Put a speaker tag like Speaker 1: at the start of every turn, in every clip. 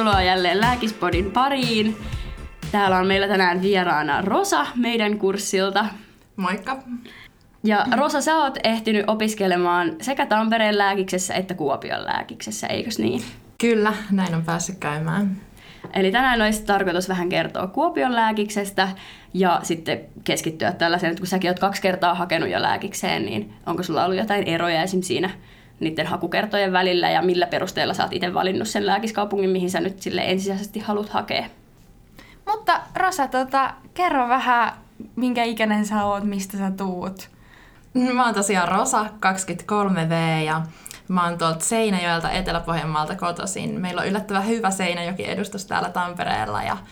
Speaker 1: Tervetuloa jälleen Lääkispodin pariin. Täällä on meillä tänään vieraana Rosa meidän kurssilta.
Speaker 2: Moikka!
Speaker 1: Ja Rosa, sä oot ehtinyt opiskelemaan sekä Tampereen lääkiksessä että Kuopion lääkiksessä, eikös niin?
Speaker 2: Kyllä, näin on päässyt käymään.
Speaker 1: Eli tänään olisi tarkoitus vähän kertoa Kuopion lääkiksestä ja sitten keskittyä tällaiseen, että kun säkin oot 2 kertaa hakenut jo lääkikseen, niin onko sulla ollut jotain eroja esimerkiksi siinä niiden hakukertojen välillä ja millä perusteella sä oot itse valinnut sen lääkiskaupungin, mihin sä nyt sille ensisijaisesti haluat hakea?
Speaker 3: Mutta Rosa, kerro vähän, minkä ikäinen sä oot, mistä sä tuut?
Speaker 2: Mä oon tosiaan Rosa, 23V ja mä oon tuolta Seinäjoelta Etelä-Pohjanmaalta kotoisin. Meillä on yllättävän hyvä Seinäjoki-edustus täällä Tampereella ja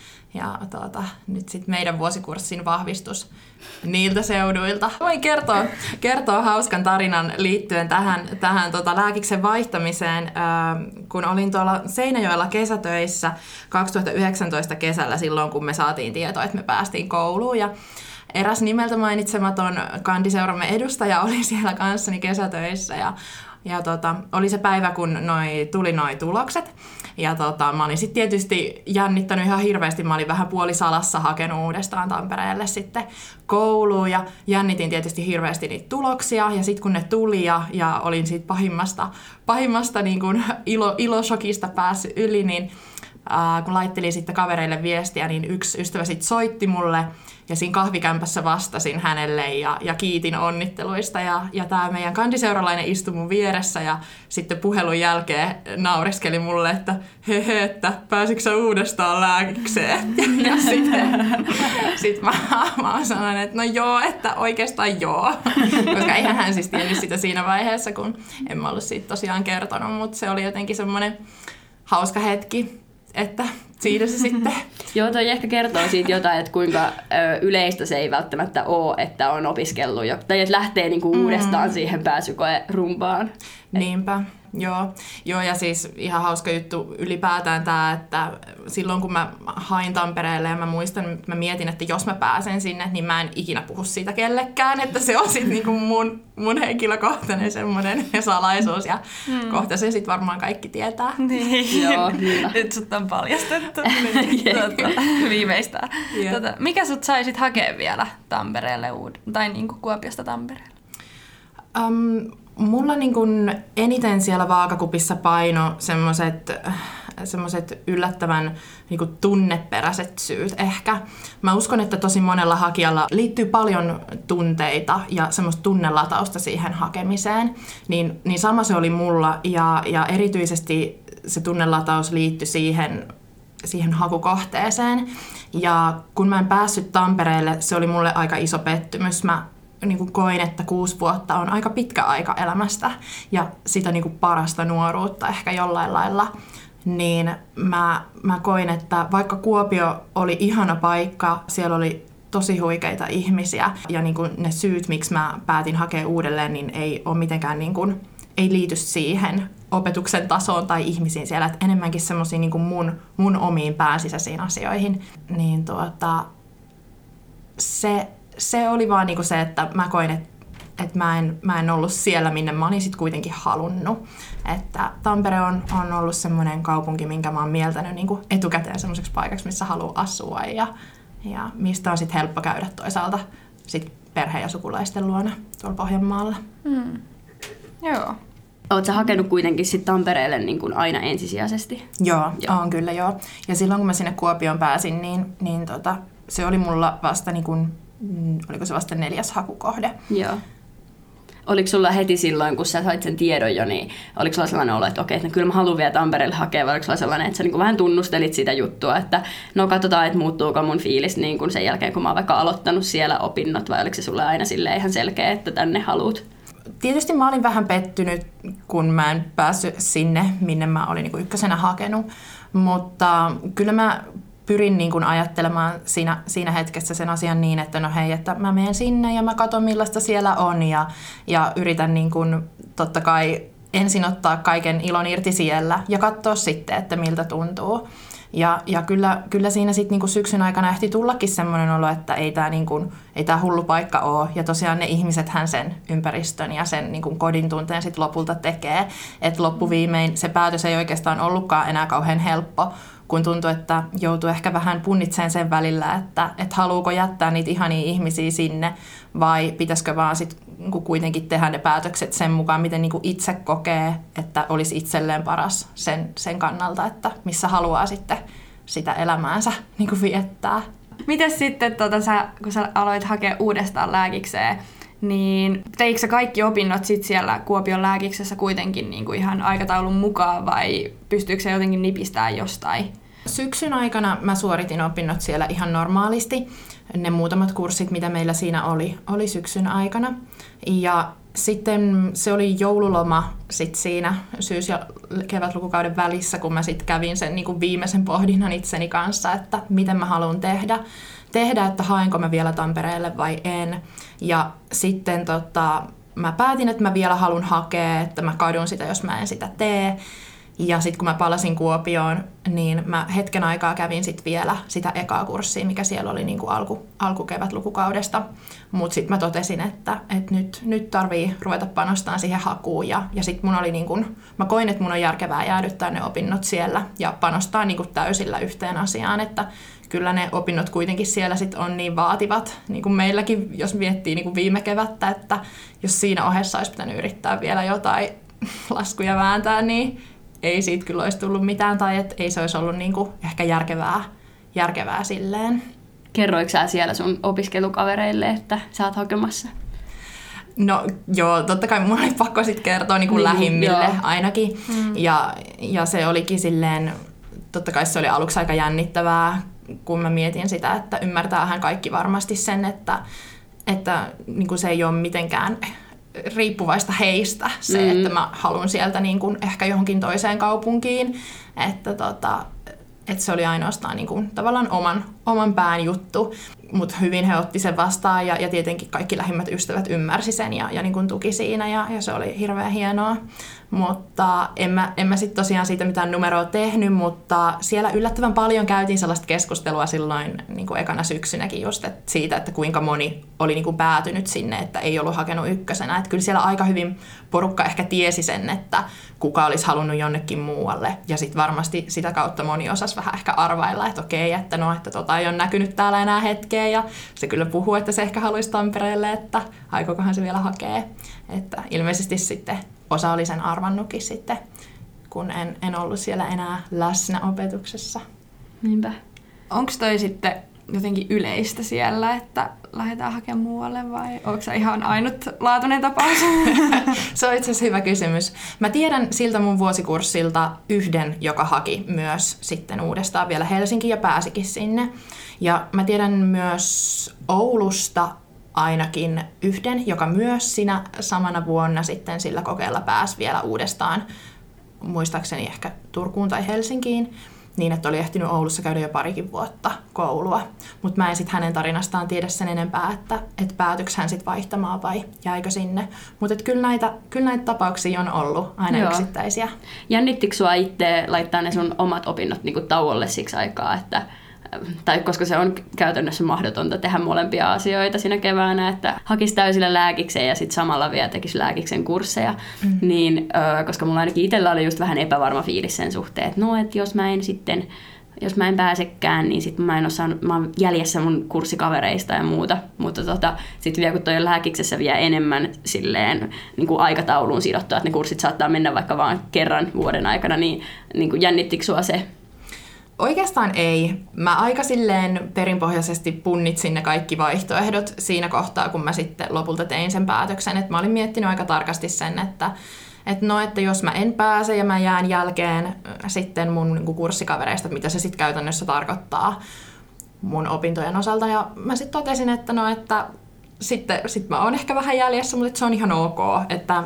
Speaker 2: nyt sitten meidän vuosikurssin vahvistus niiltä seuduilta. Voin kertoa hauskan tarinan liittyen tähän lääkiksen vaihtamiseen. Kun olin tuolla Seinäjoella kesätöissä 2019 kesällä silloin, kun me saatiin tietoa, että me päästiin kouluun. Ja eräs nimeltä mainitsematon kandiseuramme edustaja oli siellä kanssani kesätöissä ja oli se päivä, kun tuli noi tulokset. Ja mä olin sitten tietysti jännittänyt ihan hirveästi. Mä olin vähän puolisalassa hakenut uudestaan Tampereelle sitten kouluun ja jännitin tietysti hirveästi niitä tuloksia. Ja sitten kun ne tuli ja olin siitä pahimmasta niin kuin iloshokista päässyt yli, niin kun laittelin sitten kavereille viestiä, niin yksi ystävä sitten soitti mulle ja siinä kahvikämpässä vastasin hänelle ja kiitin onnitteluista. Ja tämä meidän kandiseuralainen istui mun vieressä ja sitten puhelun jälkeen naureskeli mulle, että että pääsitkö sä uudestaan lääkikseen? Ja sitten mä sanoin, että no joo, että oikeastaan joo. Koska eihän hän siis tiennyt sitä siinä vaiheessa, kun en mä ollut siitä tosiaan kertonut, mutta se oli jotenkin semmoinen hauska hetki. Että siinä se sitten.
Speaker 1: Joo, toi ehkä kertoo siitä jotain, että kuinka yleistä se ei välttämättä ole, että on opiskellut jo. Tai että lähtee niinku uudestaan siihen pääsykoerumpaan.
Speaker 2: Niinpä, joo. Ja siis ihan hauska juttu ylipäätään tämä, että silloin kun mä hain Tampereelle ja mä muistan, että mä mietin, että jos mä pääsen sinne, niin mä en ikinä puhu siitä kellekään, että se on sitten niinku mun henkilökohtainen semmoinen salaisuus ja kohta se sitten varmaan kaikki tietää.
Speaker 3: Niin. Joo, nyt sut on paljastettu viimeistään. Mikä sut sai sit hakea vielä Tampereelle tai niinku Kuopiosta Tampereelle?
Speaker 2: Mulla niin kun eniten siellä vaakakupissa paino semmoiset yllättävän niin kun tunneperäiset syyt ehkä. Mä uskon, että tosi monella hakijalla liittyy paljon tunteita ja semmoista tunnelatausta siihen hakemiseen. Niin sama se oli mulla ja erityisesti se tunnelataus liittyi siihen hakukohteeseen. Ja kun mä en päässyt Tampereelle, se oli mulle aika iso pettymys. Mä niin kuin koin, että 6 vuotta on aika pitkä aika elämästä ja sitä niin kuin parasta nuoruutta ehkä jollain lailla, niin mä koin, että vaikka Kuopio oli ihana paikka, siellä oli tosi huikeita ihmisiä ja niin kuin ne syyt, miksi mä päätin hakea uudelleen, niin ei ole mitenkään niin kuin, ei liity siihen opetuksen tasoon tai ihmisiin siellä, että enemmänkin semmoisiin niin kuin mun omiin pääsisäisiin asioihin, niin se oli vaan niinku se, että mä koin, että mä en ollut siellä, minne mä olin sit kuitenkin halunnut. Että Tampere on ollut semmoinen kaupunki, minkä mä oon mieltänyt niinku etukäteen semmoiseksi paikaksi, missä haluaa asua ja mistä on sit helppo käydä toisaalta sit perheen ja sukulaisten luona tuolla Pohjanmaalla.
Speaker 3: Joo.
Speaker 1: Oot sä hakenut kuitenkin sit Tampereelle niin kuin aina ensisijaisesti?
Speaker 2: Joo, on kyllä joo. Ja silloin kun mä sinne Kuopioon pääsin, niin se oli mulla vasta niin kuin oliko se vasta 4. hakukohde?
Speaker 1: Joo. Oliko sulla heti silloin, kun sä sait sen tiedon jo, niin oliko sulla sellainen olo, että okei, että kyllä mä haluan vielä Tampereelle hakea, vai oliko sulla sellainen, että sä niin kuin vähän tunnustelit sitä juttua, että no katsotaan, että muuttuuko mun fiilis niin kuin sen jälkeen, kun mä oon vaikka aloittanut siellä opinnot, vai oliko se sulle aina silleen ihan selkeä, että tänne haluut?
Speaker 2: Tietysti mä olin vähän pettynyt, kun mä en päässyt sinne, minne mä olin niin kuin ykkösenä hakenut, mutta kyllä mä pyrin niin kuin ajattelemaan siinä hetkessä sen asian niin, että no hei, että mä menen sinne ja mä katson millaista siellä on ja yritän niin kuin, totta kai ensin ottaa kaiken ilon irti siellä ja katsoa sitten, että miltä tuntuu. Ja kyllä siinä sitten niinku syksyn aikana ehti tullakin semmoinen olo, että ei tämä hullu paikka ole. Ja tosiaan ne ihmisethän sen ympäristön ja sen niinku kodin tunteen sitten lopulta tekee. Että loppuviimein se päätös ei oikeastaan ollutkaan enää kauhean helppo, kun tuntui, että joutui ehkä vähän punnitseen sen välillä, että haluuko jättää niitä ihania ihmisiä sinne vai pitäisikö vaan sit kuitenkin tehdä ne päätökset sen mukaan, miten niin kuin itse kokee, että olisi itselleen paras sen kannalta, että missä haluaa sitten sitä elämäänsä niin kuin viettää.
Speaker 3: Mites sitten, kun sä aloit hakea uudestaan lääkikseen, niin teikö sä kaikki opinnot sit siellä Kuopion lääkiksessä kuitenkin niin kuin ihan aikataulun mukaan vai pystyykö se jotenkin nipistämään jostain?
Speaker 2: Syksyn aikana mä suoritin opinnot siellä ihan normaalisti. Ne muutamat kurssit, mitä meillä siinä oli syksyn aikana. Ja sitten se oli joululoma sit siinä syys- ja kevätlukukauden välissä, kun mä sitten kävin sen niin kuin viimeisen pohdinnan itseni kanssa, että miten mä haluan tehdä, että haenko mä vielä Tampereelle vai en. Ja sitten mä päätin, että mä vielä haluan hakea, että mä kadun sitä, jos mä en sitä tee. Ja sitten kun mä palasin Kuopioon, niin mä hetken aikaa kävin sitten vielä sitä ekaa kurssia, mikä siellä oli niin kuin alkukevätlukukaudesta. Mutta sitten mä totesin, että nyt tarvii ruveta panostamaan siihen hakuun. Ja sitten mun oli niin kuin, mä koin, että mun on järkevää jäädyttää ne opinnot siellä ja panostaa niin kuin täysillä yhteen asiaan, että kyllä ne opinnot kuitenkin siellä sit on niin vaativat, niin kuin meilläkin, jos miettii niin kuin viime kevättä, että jos siinä ohessa olisi pitänyt yrittää vielä jotain laskuja vääntää, niin ei siitä kyllä olisi tullut mitään, tai että ei se olisi ollut niin kuin ehkä järkevää silleen.
Speaker 1: Kerroitko sä siellä sun opiskelukavereille, että sä oot hakemassa?
Speaker 2: No joo, totta kai mun oli pakko sitten kertoa niin kuin lähimmille joo. Ainakin. Ja se olikin silleen, totta kai se oli aluksi aika jännittävää, kun mä mietin sitä, että ymmärtäähän kaikki varmasti sen, että niin kuin se ei ole mitenkään riippuvaista heistä se, että mä haluan sieltä niin kuin ehkä johonkin toiseen kaupunkiin, että se oli ainoastaan niin kuin tavallaan oman pään juttu, mutta hyvin he otti sen vastaan ja tietenkin kaikki lähimmät ystävät ymmärsi sen ja niin kuin tuki siinä ja se oli hirveän hienoa. Mutta en mä sitten tosiaan siitä mitään numeroa tehnyt, mutta siellä yllättävän paljon käytiin sellaista keskustelua silloin niin kuin ekana syksynäkin just siitä, että kuinka moni oli niin kuin päätynyt sinne, että ei ollut hakenut ykkösenä. Että kyllä siellä aika hyvin porukka ehkä tiesi sen, että kuka olisi halunnut jonnekin muualle. Ja sitten varmasti sitä kautta moni osasi vähän ehkä arvailla, että okei, että ei ole näkynyt täällä enää hetkeä. Ja se kyllä puhuu, että se ehkä haluaisi Tampereelle, että aikokohan se vielä hakee. Että ilmeisesti sitten osa oli sen arvannutkin sitten, kun en ollut siellä enää läsnä opetuksessa.
Speaker 1: Niinpä.
Speaker 3: Onko toi sitten jotenkin yleistä siellä, että lähdetään hakemaan muualle vai onko se ihan ainutlaatuinen tapaus?
Speaker 2: Se on itse asiassa hyvä kysymys. Mä tiedän siltä mun vuosikurssilta yhden, joka haki myös sitten uudestaan vielä Helsinkiin ja pääsikin sinne. Ja mä tiedän myös Oulusta ainakin yhden, joka myös siinä samana vuonna sitten sillä kokeella pääsi vielä uudestaan, muistaakseni ehkä Turkuun tai Helsinkiin, niin että oli ehtinyt Oulussa käydä jo parikin vuotta koulua. Mutta mä en sitten hänen tarinastaan tiedä sen enempää, että päätyykö hän sitten vaihtamaan vai jäikö sinne. Mutta kyllä näitä tapauksia on ollut aina Joo. yksittäisiä.
Speaker 1: Jännittikö sua itse laittaa ne sun omat opinnot niinku tauolle siksi aikaa, tai koska se on käytännössä mahdotonta tehdä molempia asioita siinä keväänä, että hakisi täysillä lääkikseen ja sitten samalla vielä tekisi lääkiksen kursseja, niin koska mulla ainakin itsellä oli just vähän epävarma fiilis sen suhteen, että että jos mä en pääsekään, niin sitten mä oon jäljessä mun kurssikavereista ja muuta, mutta sitten vielä kun toi on lääkiksessä vielä enemmän silleen niin kuin aikatauluun sidottua, että ne kurssit saattaa mennä vaikka vaan kerran vuoden aikana, niin kuin jännittikö sua se?
Speaker 2: Oikeastaan ei. Mä aika silleen perinpohjaisesti punnitsin ne kaikki vaihtoehdot siinä kohtaa, kun mä sitten lopulta tein sen päätöksen. Että mä olin miettinyt aika tarkasti sen, että jos mä en pääse ja mä jään jälkeen sitten mun niin kuin kurssikavereista, mitä se sitten käytännössä tarkoittaa mun opintojen osalta. Ja mä sitten totesin, että sitten mä oon ehkä vähän jäljessä, mutta se on ihan ok. Että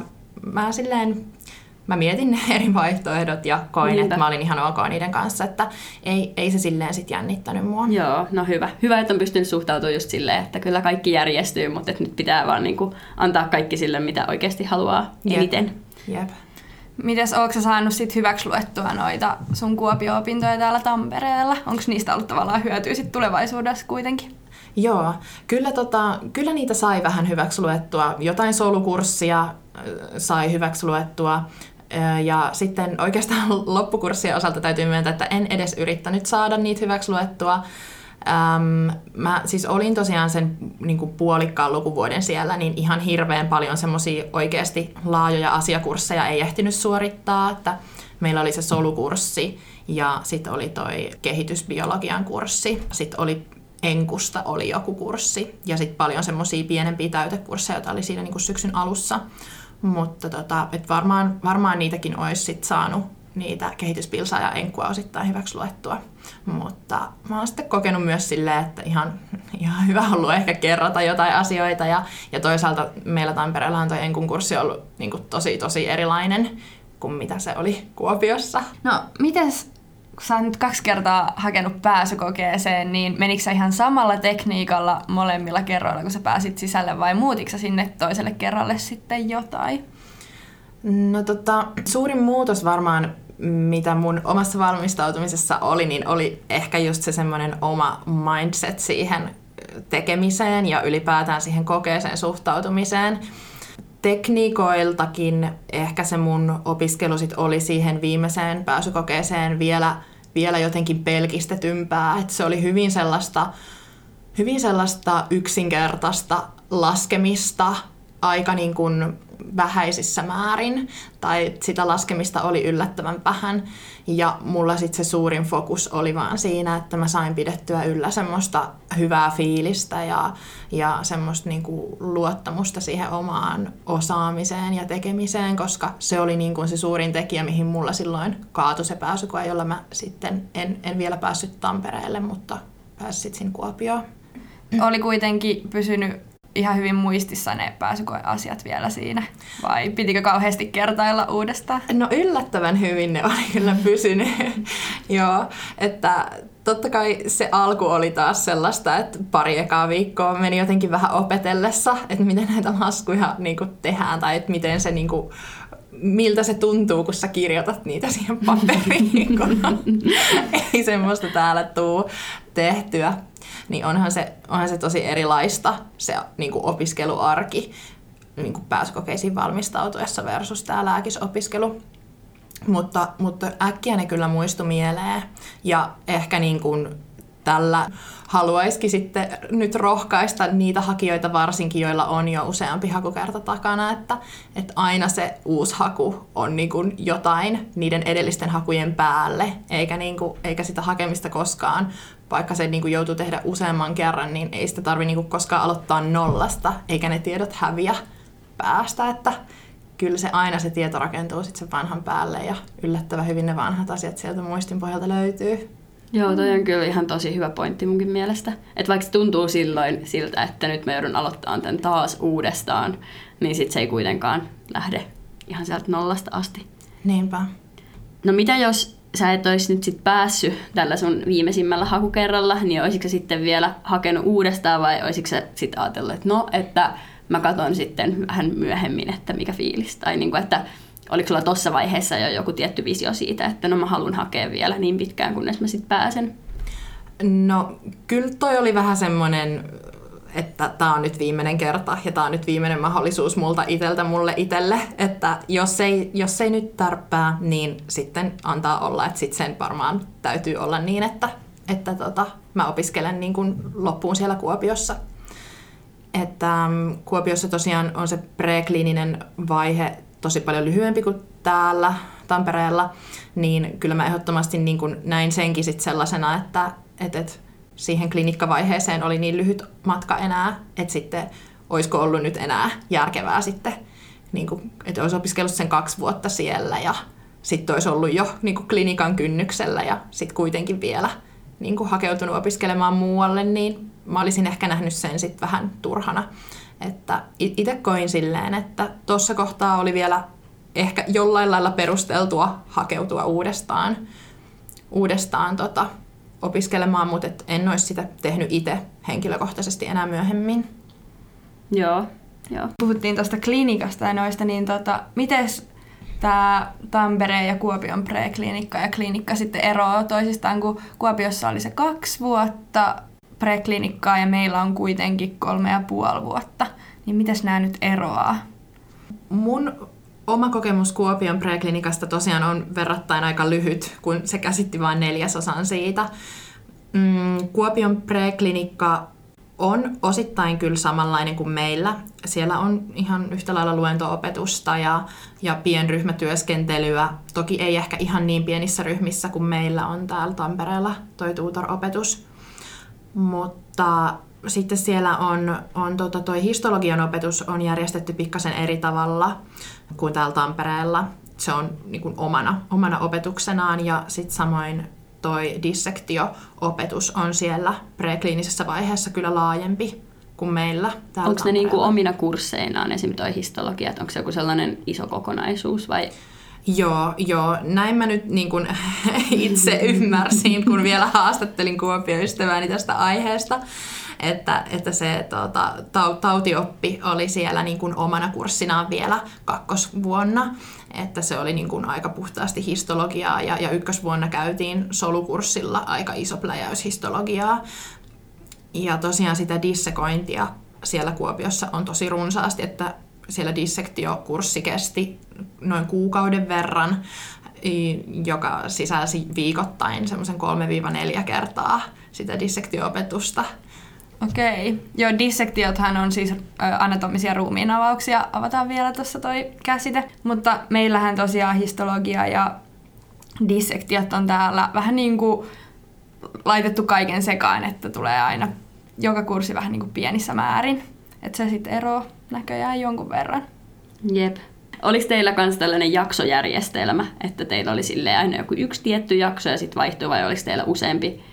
Speaker 2: mä mietin ne eri vaihtoehdot ja koin, että mä olin ihan ok niiden kanssa, että ei se silleen sit jännittänyt mua.
Speaker 1: Joo, no hyvä. Hyvä, että on pystynyt suhtautumaan just silleen, että kyllä kaikki järjestyy, mutta että nyt pitää vaan niinku antaa kaikki sille, mitä oikeasti haluaa eniten.
Speaker 2: Jep.
Speaker 3: Mites, ootko sä saanut sit hyväksi luettua noita sun Kuopio-opintoja täällä Tampereella? Onko niistä ollut tavallaan hyötyä sit tulevaisuudessa kuitenkin?
Speaker 2: Joo, kyllä niitä sai vähän hyväksi luettua. Jotain solukurssia sai hyväksi luettua. Ja sitten oikeastaan loppukurssien osalta täytyy myöntää, että en edes yrittänyt saada niitä hyväksi luettua. Mä siis olin tosiaan sen niin kuin puolikkaan lukuvuoden siellä, niin ihan hirveän paljon semmosia oikeasti laajoja asiakursseja ei ehtinyt suorittaa. Että meillä oli se solukurssi ja sitten oli toi kehitysbiologian kurssi. Sitten oli Enkusta oli joku kurssi ja sitten paljon semmosia pienempiä täytekursseja, joita oli siinä niin kuin syksyn alussa. Mutta et varmaan niitäkin olisi sit saanut niitä kehityspilsaa ja enkua osittain hyväksi luettua. Mutta mä oon sitten kokenut myös silleen, että ihan hyvä ollut ehkä kerrata jotain asioita. Ja toisaalta meillä Tampereella on toi enkun kurssi ollut niin kuin tosi erilainen kuin mitä se oli Kuopiossa.
Speaker 3: No, mites, kun sä oot nyt 2 kertaa hakenut pääsykokeeseen, niin menikö sä ihan samalla tekniikalla molemmilla kerroilla, kun sä pääsit sisälle, vai muutitko sä sinne toiselle kerralle sitten jotain?
Speaker 2: No suurin muutos varmaan, mitä mun omassa valmistautumisessa oli, niin oli ehkä just se semmoinen oma mindset siihen tekemiseen ja ylipäätään siihen kokeeseen suhtautumiseen. Tekniikoiltakin ehkä se mun opiskelu sit oli siihen viimeiseen pääsykokeeseen vielä jotenkin pelkistetympää. Et se oli hyvin sellaista yksinkertaista laskemista aika niin kuin vähäisissä määrin, tai sitä laskemista oli yllättävän vähän, ja mulla sitten se suurin fokus oli vaan siinä, että mä sain pidettyä yllä semmoista hyvää fiilistä ja semmoista niinku luottamusta siihen omaan osaamiseen ja tekemiseen, koska se oli niinku se suurin tekijä, mihin mulla silloin kaatui se pääsykoe, jolla mä sitten en vielä päässyt Tampereelle, mutta pääsin sinne Kuopioon.
Speaker 3: Oli kuitenkin pysynyt ihan hyvin muistissa ne pääsykoeasiat vielä siinä? Vai pitikö kauheasti kertailla uudestaan?
Speaker 2: No yllättävän hyvin ne oli kyllä pysynyt. Joo, että totta kai se alku oli taas sellaista, että pari ekaa viikkoa meni jotenkin vähän opetellessa, että miten näitä laskuja niin kuin tehdään tai että miten se niin kuin, miltä se tuntuu, kun sä kirjoitat niitä siihen paperiin, kun ei semmoista täällä tuu tehtyä. Niin onhan se tosi erilaista se niin kuin opiskeluarki niin kuin pääsykokeisiin valmistautuessa versus tämä lääkisopiskelu. Mutta äkkiä ne kyllä muistui mieleen. Ja ehkä niin kuin tällä haluaisikin sitten nyt rohkaista niitä hakijoita varsinkin, joilla on jo useampi hakukerta takana, että aina se uusi haku on niin kuin jotain niiden edellisten hakujen päälle, eikä sitä hakemista koskaan, vaikka se niin kuin joutuu tehdä useamman kerran, niin ei sitä tarvitse niin kuin koskaan aloittaa nollasta, eikä ne tiedot häviä päästä, että kyllä se aina se tieto rakentuu sitten sen vanhan päälle ja yllättävän hyvin ne vanhat asiat sieltä muistin pohjalta löytyy.
Speaker 1: Joo, toi on kyllä ihan tosi hyvä pointti munkin mielestä. Että vaikka se tuntuu silloin siltä, että nyt mä joudun aloittamaan tämän taas uudestaan, niin sit se ei kuitenkaan lähde ihan sieltä nollasta asti.
Speaker 2: Niinpä.
Speaker 1: No mitä jos sä et olisi nyt sit päässyt tällä sun viimeisimmällä hakukerralla, niin olisitko sitten vielä hakenut uudestaan vai olisitko sä sitten ajatellut, että no, että mä katson sitten vähän myöhemmin, että mikä fiilis. Tai niin kuin, että oliko sulla tuossa vaiheessa jo joku tietty visio siitä, että no mä haluan hakea vielä niin pitkään, kunnes mä sitten pääsen?
Speaker 2: No kyllä toi oli vähän semmoinen, että tää on nyt viimeinen kerta ja tää on nyt viimeinen mahdollisuus multa itseltä mulle itselle, että jos ei nyt tärppää, niin sitten antaa olla, että sitten sen varmaan täytyy olla niin, että mä opiskelen niin kuin loppuun siellä Kuopiossa. Että Kuopiossa tosiaan on se prekliininen vaihe tosi paljon lyhyempi kuin täällä Tampereella, niin kyllä mä ehdottomasti niin kuin näin senkin sit sellaisena, että siihen klinikkavaiheeseen oli niin lyhyt matka enää, että sitten olisiko ollut nyt enää järkevää sitten, niin kuin, että olisi opiskellut sen 2 vuotta siellä ja sitten olisi ollut jo niin kuin klinikan kynnyksellä ja sitten kuitenkin vielä niin kuin hakeutunut opiskelemaan muualle, niin mä olisin ehkä nähnyt sen sitten vähän turhana. Että itse koin silleen, että tuossa kohtaa oli vielä ehkä jollain lailla perusteltua hakeutua uudestaan opiskelemaan, mutta en olisi sitä tehnyt itse henkilökohtaisesti enää myöhemmin.
Speaker 1: Joo.
Speaker 3: Puhuttiin tuosta klinikasta ja noista, niin mites tämä Tampereen ja Kuopion preklinikka ja klinikka sitten eroaa toisistaan, kun Kuopiossa oli se 2 vuotta preklinikkaa ja meillä on kuitenkin 3,5 vuotta. Niin mitäs nämä nyt eroaa?
Speaker 2: Mun Oma kokemus Kuopion preklinikasta tosiaan on verrattain aika lyhyt, kun se käsitti vain 4/4 siitä. Kuopion preklinikka on osittain kyllä samanlainen kuin meillä. Siellä on ihan yhtä lailla luento-opetusta ja pienryhmätyöskentelyä. Toki ei ehkä ihan niin pienissä ryhmissä kuin meillä on täällä Tampereella toi tutor-opetus. Mutta sitten siellä on toi histologian opetus on järjestetty pikkasen eri tavalla kuin täällä Tampereella. Se on niin kuin omana opetuksenaan ja sitten samoin toi dissektio-opetus on siellä prekliinisessä vaiheessa kyllä laajempi kuin meillä täällä
Speaker 1: Onko ne niin kuin omina kursseinaan esimerkiksi toi histologia, että onko se joku sellainen iso kokonaisuus vai?
Speaker 2: Joo. Näin mä nyt niin kuin itse ymmärsin, kun vielä haastattelin Kuopio-ystävääni tästä aiheesta, että se tautioppi oli siellä niin kuin omana kurssinaan vielä kakkosvuonna, että se oli niin kuin aika puhtaasti histologiaa ja ykkösvuonna käytiin solukurssilla aika iso pläjäys histologiaa. Ja tosiaan sitä dissekointia siellä Kuopiossa on tosi runsaasti, että siellä dissektiokurssi kesti noin kuukauden verran, joka sisälsi viikoittain semmoisen 3-4 kertaa sitä dissektio-opetusta.
Speaker 3: Okei. Joo, dissektiothan on siis anatomisia ruumiinavauksia. Avataan vielä tuossa toi käsite. Mutta meillähän tosiaan histologia ja dissektiot on täällä vähän niin kuin laitettu kaiken sekaan, että tulee aina joka kurssi vähän niin kuin pienissä määrin. Että se sitten eroaa näköjään jonkun verran.
Speaker 1: Jep. Oliko teillä myös tällainen jaksojärjestelmä, että teillä oli silleen aina joku yksi tietty jakso ja sitten vaihtui, vai oliko teillä useampi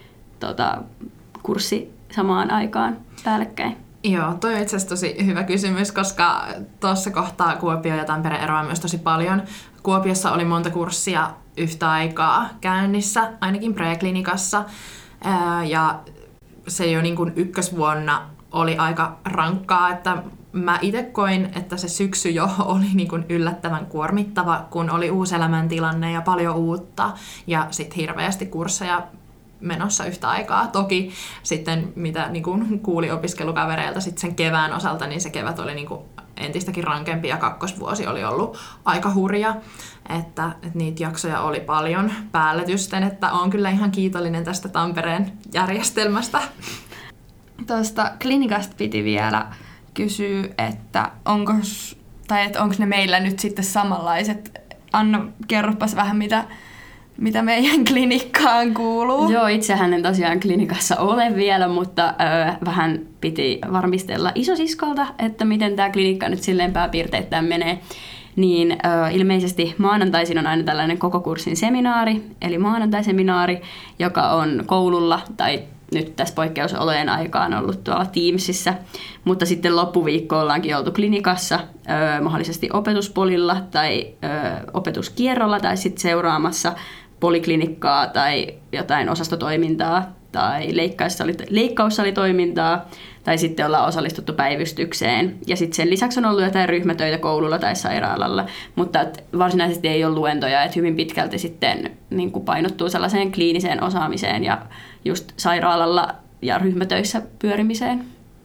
Speaker 1: kurssi samaan aikaan päällekkäin?
Speaker 2: Joo, toi on itse asiassa tosi hyvä kysymys, koska tuossa kohtaa Kuopio ja Tampere eroaa myös tosi paljon. Kuopiossa oli monta kurssia yhtä aikaa käynnissä, ainakin preklinikassa, ja se jo niin kuin ykkösvuonna oli aika rankkaa, että mä itse koin, että se syksy jo oli niin kuin yllättävän kuormittava, kun oli uusi elämäntilanne ja paljon uutta ja sitten hirveästi kursseja menossa yhtä aikaa. Toki sitten mitä niin kuin kuuli opiskelukavereilta sitten sen kevään osalta, niin se kevät oli niin kuin entistäkin rankempi ja kakkosvuosi oli ollut aika hurja, että niitä jaksoja oli paljon päälletysten, että olen kyllä ihan kiitollinen tästä Tampereen järjestelmästä.
Speaker 3: Tuosta klinikasta piti vielä kysyä, että onko ne meillä nyt sitten samanlaiset. Anna, kerropas vähän, mitä meidän klinikkaan kuuluu.
Speaker 1: Joo, itsehän en tosiaan klinikassa ole vielä, mutta vähän piti varmistella isosiskolta, että miten tämä klinikka nyt silleen pääpiirteittäin menee. Niin ilmeisesti maanantaisin on aina tällainen koko kurssin seminaari, eli maanantaiseminaari, joka on koululla tai nyt tässä poikkeusolojen aikaan ollut tuolla Teamsissa, mutta sitten loppuviikko ollaankin oltu klinikassa, mahdollisesti opetuspolilla tai opetuskierrolla tai sitten seuraamassa poliklinikkaa tai jotain osastotoimintaa tai leikkaussalitoimintaa tai sitten ollaan osallistuttu päivystykseen. Ja sitten sen lisäksi on ollut jotain ryhmätöitä koululla tai sairaalalla, mutta varsinaisesti ei ole luentoja, että hyvin pitkälti sitten niin kuin painottuu sellaiseen kliiniseen osaamiseen ja just sairaalalla ja ryhmätöissä pyörimiseen.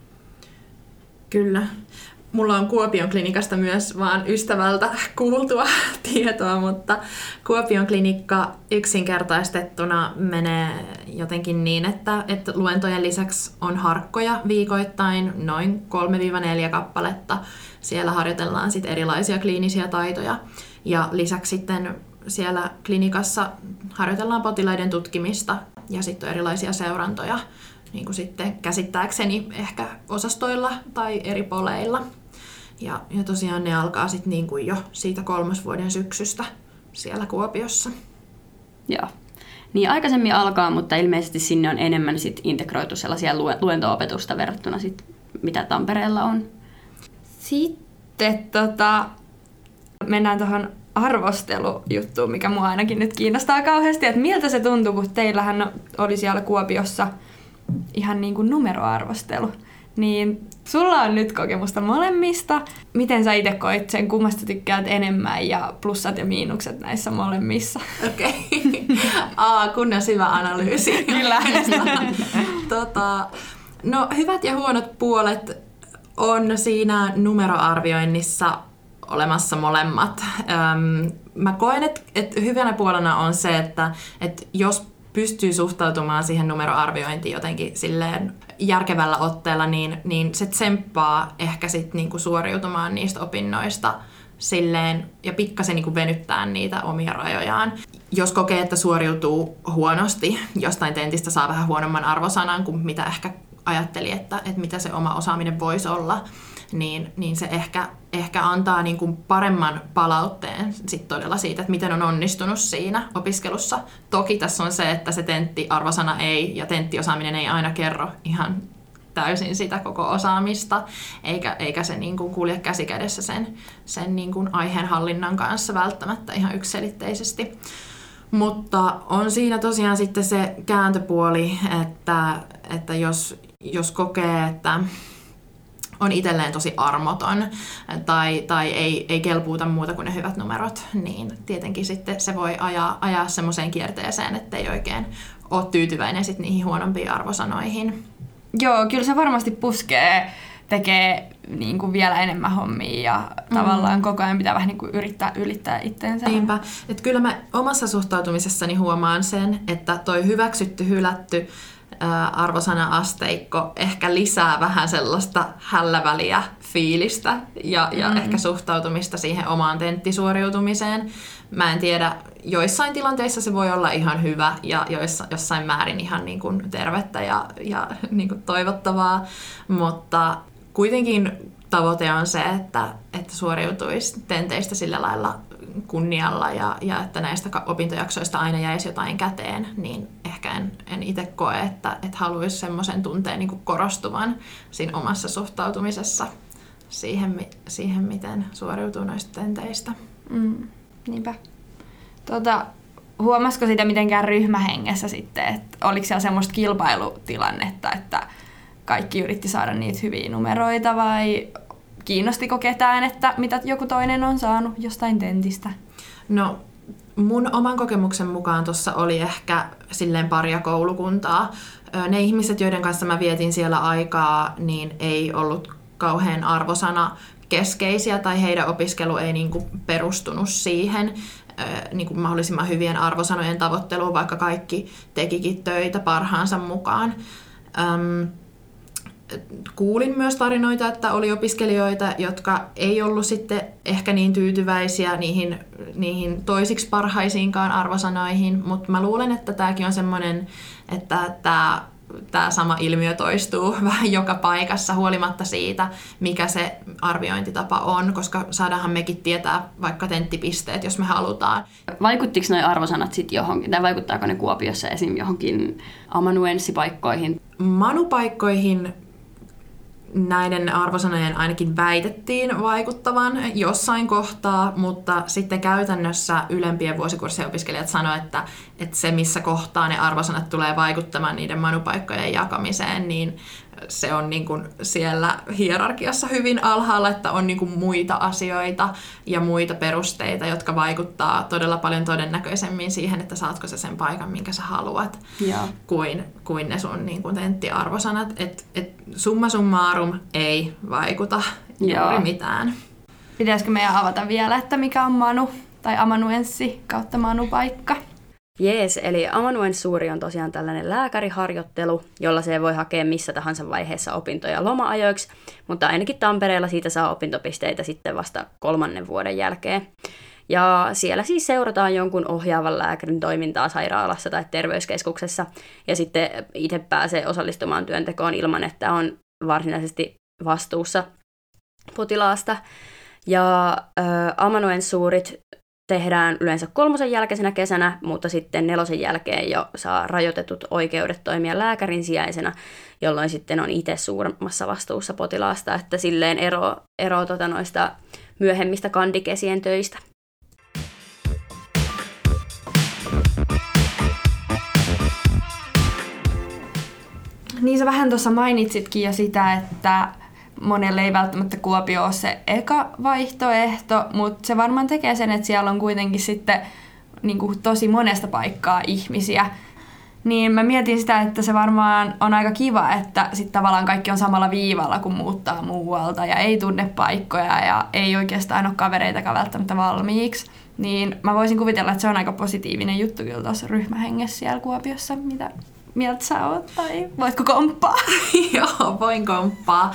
Speaker 2: Kyllä. Mulla on Kuopion klinikasta myös vaan ystävältä kuultua tietoa, mutta Kuopion klinikka yksinkertaistettuna menee jotenkin niin, että luentojen lisäksi on harkkoja viikoittain, noin 3-4 kappaletta. Siellä harjoitellaan sit erilaisia kliinisiä taitoja ja lisäksi sitten siellä klinikassa harjoitellaan potilaiden tutkimista ja sitten erilaisia seurantoja, niin kuin sitten käsittääkseni ehkä osastoilla tai eri poleilla. Ja tosiaan ne alkaa sitten niin kuin jo siitä 3. vuoden syksystä siellä Kuopiossa.
Speaker 1: Joo. Niin aikaisemmin alkaa, mutta ilmeisesti sinne on enemmän sit integroitu sellaisia luento-opetusta verrattuna sit, mitä Tampereella on.
Speaker 3: Sitten mennään tuohon arvostelujuttuun, mikä mua ainakin nyt kiinnostaa kauheasti, että miltä se tuntuu, kun teillähän oli siellä Kuopiossa ihan niin kuin numeroarvostelu. Niin sulla on nyt kokemusta molemmista. Miten sä itse koit sen, kummasta tykkäät enemmän ja plussat ja miinukset näissä molemmissa?
Speaker 2: Okei. Kunnon syvä analyysi.
Speaker 3: Kyllä.
Speaker 2: No hyvät ja huonot puolet on siinä numeroarvioinnissa olemassa molemmat. Mä koen, että hyvänä puolena on se, että jos pystyy suhtautumaan siihen numeroarviointiin jotenkin silleen järkevällä otteella, niin se tsemppaa ehkä sit niinku suoriutumaan niistä opinnoista silleen ja pikkasen niinku venyttää niitä omia rajojaan. Jos kokee, että suoriutuu huonosti, jostain tentistä saa vähän huonomman arvosanan kuin mitä ehkä ajatteli, että mitä se oma osaaminen voisi olla, niin se ehkä antaa niin kuin paremman palautteen sit todella siitä, että miten on onnistunut siinä opiskelussa. Toki tässä on se, että se tenttiarvosana ei ja tenttiosaaminen ei aina kerro ihan täysin sitä koko osaamista, eikä se niin kuin kulje käsikädessä sen niin kuin aiheenhallinnan kanssa välttämättä ihan yksiselitteisesti. Mutta on siinä tosiaan sitten se kääntöpuoli, että jos kokee, että on itselleen tosi armoton tai ei kelpuuta muuta kuin ne hyvät numerot, niin tietenkin sitten se voi ajaa semmoiseen kierteeseen, ettei oikein ole tyytyväinen sit niihin huonompiin arvosanoihin.
Speaker 3: Joo, kyllä se varmasti tekee niin kuin vielä enemmän hommia ja tavallaan koko ajan pitää vähän niin kuin yrittää ylittää itteensä.
Speaker 2: Niinpä. Että kyllä mä omassa suhtautumisessani huomaan sen, että toi hyväksytty, hylätty arvosana-asteikko ehkä lisää vähän sellaista hälläväliä fiilistä ja ehkä suhtautumista siihen omaan tenttisuoriutumiseen. Mä en tiedä, joissain tilanteissa se voi olla ihan hyvä ja jossain määrin ihan niin kuin tervettä ja niin kuin toivottavaa, mutta kuitenkin tavoite on se, että suoriutuisi tenteistä sillä lailla kunnialla ja että näistä opintojaksoista aina jäisi jotain käteen, niin ehkä en itse koe, että haluaisi semmoisen tunteen niin kuin korostuvan siinä omassa suhtautumisessa siihen, miten suoriutuu noista tenteistä.
Speaker 3: Niinpä. Huomasiko sitä mitenkään ryhmähengessä sitten, että oliko siellä semmoista kilpailutilannetta, että kaikki yritti saada niitä hyviä numeroita vai kiinnostiko ketään, että mitä joku toinen on saanut jostain tentistä?
Speaker 2: No, mun oman kokemuksen mukaan tuossa oli ehkä silleen paria koulukuntaa. Ne ihmiset, joiden kanssa mä vietin siellä aikaa, niin ei ollut kauhean arvosana keskeisiä tai heidän opiskelu ei niinku perustunut siihen niinku mahdollisimman hyvien arvosanojen tavoitteluun, vaikka kaikki tekikin töitä parhaansa mukaan. Kuulin myös tarinoita, että oli opiskelijoita, jotka ei ollut sitten ehkä niin tyytyväisiä niihin toisiksi parhaisiinkaan arvosanoihin, mutta mä luulen, että tämäkin on semmoinen, että tämä sama ilmiö toistuu vähän joka paikassa huolimatta siitä, mikä se arviointitapa on, koska saadaanhan mekin tietää vaikka tenttipisteet, jos me halutaan.
Speaker 1: Vaikuttiko nuo arvosanat sitten johonkin, tai vaikuttaako ne Kuopiossa esim. Johonkin amanuenssipaikkoihin?
Speaker 2: Manupaikkoihin näiden arvosanojen ainakin väitettiin vaikuttavan jossain kohtaa, mutta sitten käytännössä ylempien vuosikurssien opiskelijat sanoivat, että se missä kohtaa ne arvosanat tulee vaikuttamaan niiden manupaikkojen jakamiseen, niin se on niin kuin siellä hierarkiassa hyvin alhaalla, että on niin kuin muita asioita ja muita perusteita, jotka vaikuttaa todella paljon todennäköisemmin siihen, että saatko sä sen paikan, minkä sä haluat, kuin ne sun niin kuin tenttiarvosanat. Et summa summarum ei vaikuta juuri mitään.
Speaker 3: Pitäisikö meidän avata vielä, että mikä on manu tai amanuenssi kautta manupaikka?
Speaker 1: Jees, eli amanuenssuuri on tosiaan tällainen lääkäriharjoittelu, jolla se voi hakea missä tahansa vaiheessa opintoja loma-ajoiksi, mutta ainakin Tampereella siitä saa opintopisteitä sitten vasta 3. vuoden jälkeen. Ja siellä siis seurataan jonkun ohjaavan lääkärin toimintaa sairaalassa tai terveyskeskuksessa, ja sitten itse pääsee osallistumaan työntekoon ilman, että on varsinaisesti vastuussa potilaasta. Ja amanuenssuurit tehdään yleensä 3. jälkeisenä kesänä, mutta sitten 4. jälkeen jo saa rajoitetut oikeudet toimia lääkärin sijaisena, jolloin sitten on itse suuremmassa vastuussa potilaasta, että silleen ero noista myöhemmistä kandikesien töistä.
Speaker 3: Niin sä vähän tuossa mainitsitkin jo sitä, että monelle ei välttämättä Kuopio ole se eka vaihtoehto, mutta se varmaan tekee sen, että siellä on kuitenkin sitten niin kuin tosi monesta paikkaa ihmisiä. niin mä mietin sitä, että se varmaan on aika kiva, että sit tavallaan kaikki on samalla viivalla, kun muuttaa muualta ja ei tunne paikkoja ja ei oikeastaan ole kavereitakaan välttämättä valmiiksi. Niin mä voisin kuvitella, että se on aika positiivinen juttu kyllä tuossa ryhmähengessä siellä Kuopiossa. Mitä mieltä sä oot tai voitko komppaa?
Speaker 2: Joo, voin komppaa.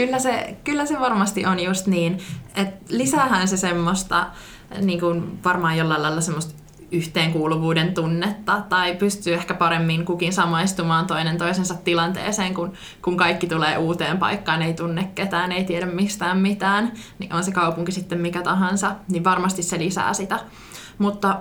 Speaker 2: Kyllä se varmasti on just niin, että lisäähän se semmoista niin kuin varmaan jollain lailla semmoista yhteenkuuluvuuden tunnetta tai pystyy ehkä paremmin kukin samaistumaan toinen toisensa tilanteeseen, kun kaikki tulee uuteen paikkaan, ei tunne ketään, ei tiedä mistään mitään, niin on se kaupunki sitten mikä tahansa, niin varmasti se lisää sitä. Mutta